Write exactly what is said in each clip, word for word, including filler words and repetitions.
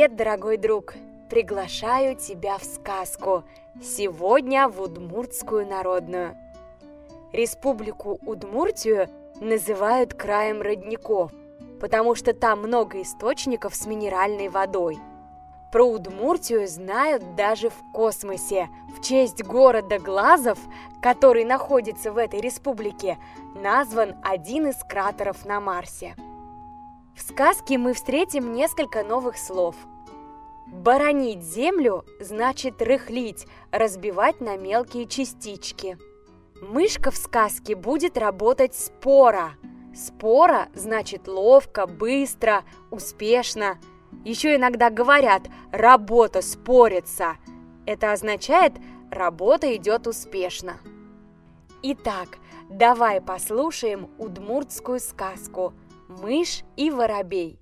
Привет, дорогой друг! Приглашаю тебя в сказку. Сегодня в Удмуртскую народную. Республику Удмуртию называют краем родников, потому что там много источников с минеральной водой. Про Удмуртию знают даже в космосе. В честь города Глазов, который находится в этой республике, назван один из кратеров на Марсе. В сказке мы встретим несколько новых слов. Боронить землю значит рыхлить, разбивать на мелкие частички. Мышка в сказке будет работать споро. Споро значит ловко, быстро, успешно. Еще иногда говорят «работа спорится». Это означает «работа идет успешно». Итак, давай послушаем удмуртскую сказку «Мышь и воробей».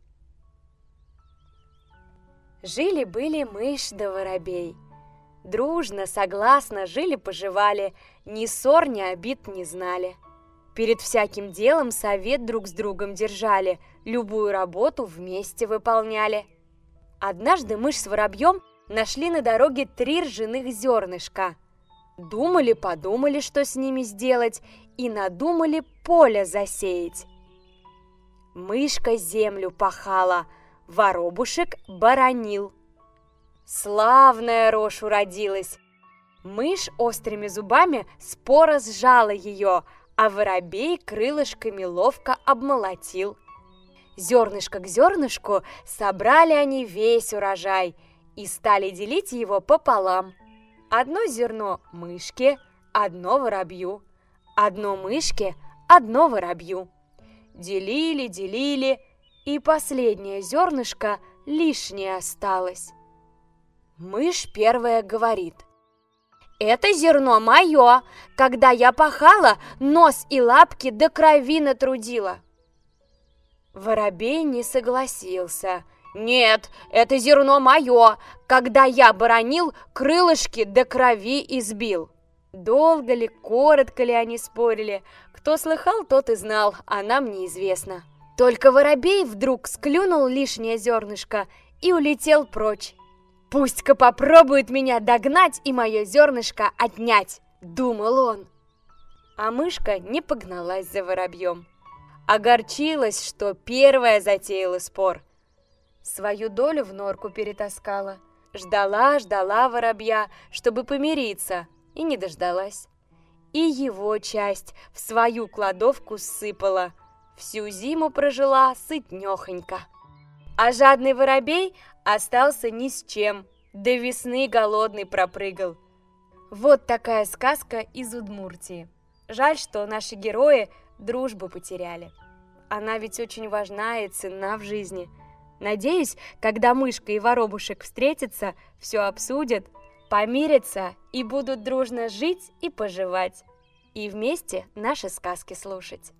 Жили-были мышь да воробей. Дружно, согласно жили-поживали, ни ссор, ни обид не знали. Перед всяким делом совет друг с другом держали, любую работу вместе выполняли. Однажды мышь с воробьем нашли на дороге три ржаных зернышка. Думали-подумали, что с ними сделать, и надумали поле засеять. Мышка землю пахала, воробушек боронил. Славная рожь уродилась. Мышь острыми зубами споро сжала ее, а воробей крылышками ловко обмолотил. Зернышко к зернышку собрали они весь урожай и стали делить его пополам. Одно зерно мышке, одно воробью, одно мышке, одно воробью. Делили, делили, и последнее зернышко лишнее осталось. Мышь первая говорит: «Это зерно мое, когда я пахала, нос и лапки до крови натрудила». Воробей не согласился. «Нет, это зерно мое, когда я боронил, крылышки до крови избил». Долго ли, коротко ли они спорили, кто слыхал, тот и знал, а нам неизвестно. Только воробей вдруг склюнул лишнее зернышко и улетел прочь. «Пусть-ка попробует меня догнать и мое зернышко отнять», — думал он. А мышка не погналась за воробьем. Огорчилась, что первая затеяла спор. Свою долю в норку перетаскала. Ждала, ждала воробья, чтобы помириться, и не дождалась. И его часть в свою кладовку сыпала. Всю зиму прожила сытнёхонько. А жадный воробей остался ни с чем, до весны голодный пропрыгал. Вот такая сказка из Удмуртии. Жаль, что наши герои дружбу потеряли. Она ведь очень важна и ценна в жизни. Надеюсь, когда мышка и воробушек встретятся, все обсудят, помирятся и будут дружно жить и поживать. И вместе наши сказки слушать.